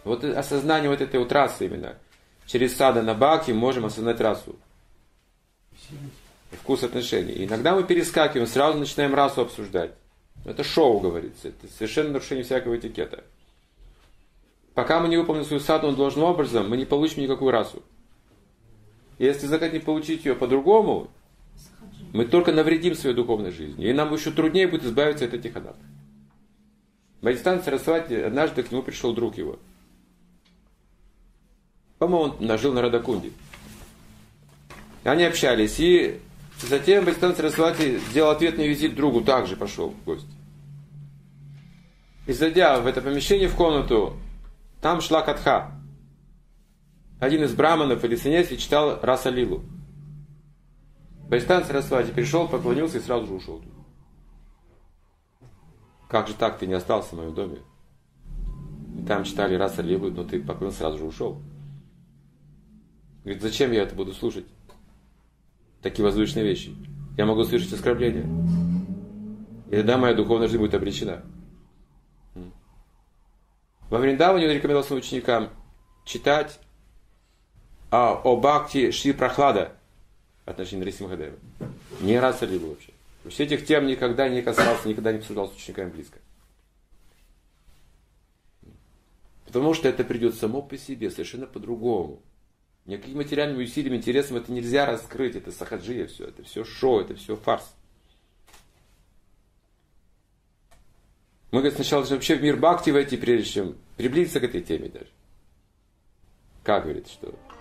Вот осознание вот этой вот расы именно. Через садхана бхакти можем осознать расу. Вкус отношений. И иногда мы перескакиваем, сразу начинаем расу обсуждать. Это шоу, говорится. Это совершенно нарушение всякого этикета. Пока мы не выполним свою садхану должным образом, мы не получим никакую расу. И если захотим получить ее по-другому, мы только навредим своей духовной жизни. И нам еще труднее будет избавиться от этих анарх. Бхактисиданта Сарасвати, однажды к нему пришел друг его. По-моему, он жил на Радакунде. Они общались, и затем Бхактисиданта Сарасвати сделал ответный визит другу, также пошел в гости. И зайдя в это помещение, в комнату, там шла катха. Один из браманов или саньяси читал Раса Лилу. Бхактисиданта Сарасвати пришел, поклонился и сразу же ушел. Как же так, ты не остался в моем доме? И там читали Раса Лилу, но ты поклонился, сразу же ушел. Говорит, зачем я это буду слушать? Такие возвышенные вещи. Я могу слышать оскорбления. И тогда моя духовная жизнь будет обречена. Во Вриндаване он рекомендовал своим ученикам читать о бхакти Шри Прахлада в отношении Нарисимхадева. Не Раса Лилу вообще. Все этих тем никогда не касался, никогда не обсуждал с учениками близко. Потому что это придет само по себе, совершенно по-другому. Никакими материальными усилиями, интересом это нельзя раскрыть. Это сахаджия все, это все шоу, это все фарс. Мы, говорит, сначала должны вообще в мир бхакти войти, прежде чем приблизиться к этой теме даже. Как, говорит, что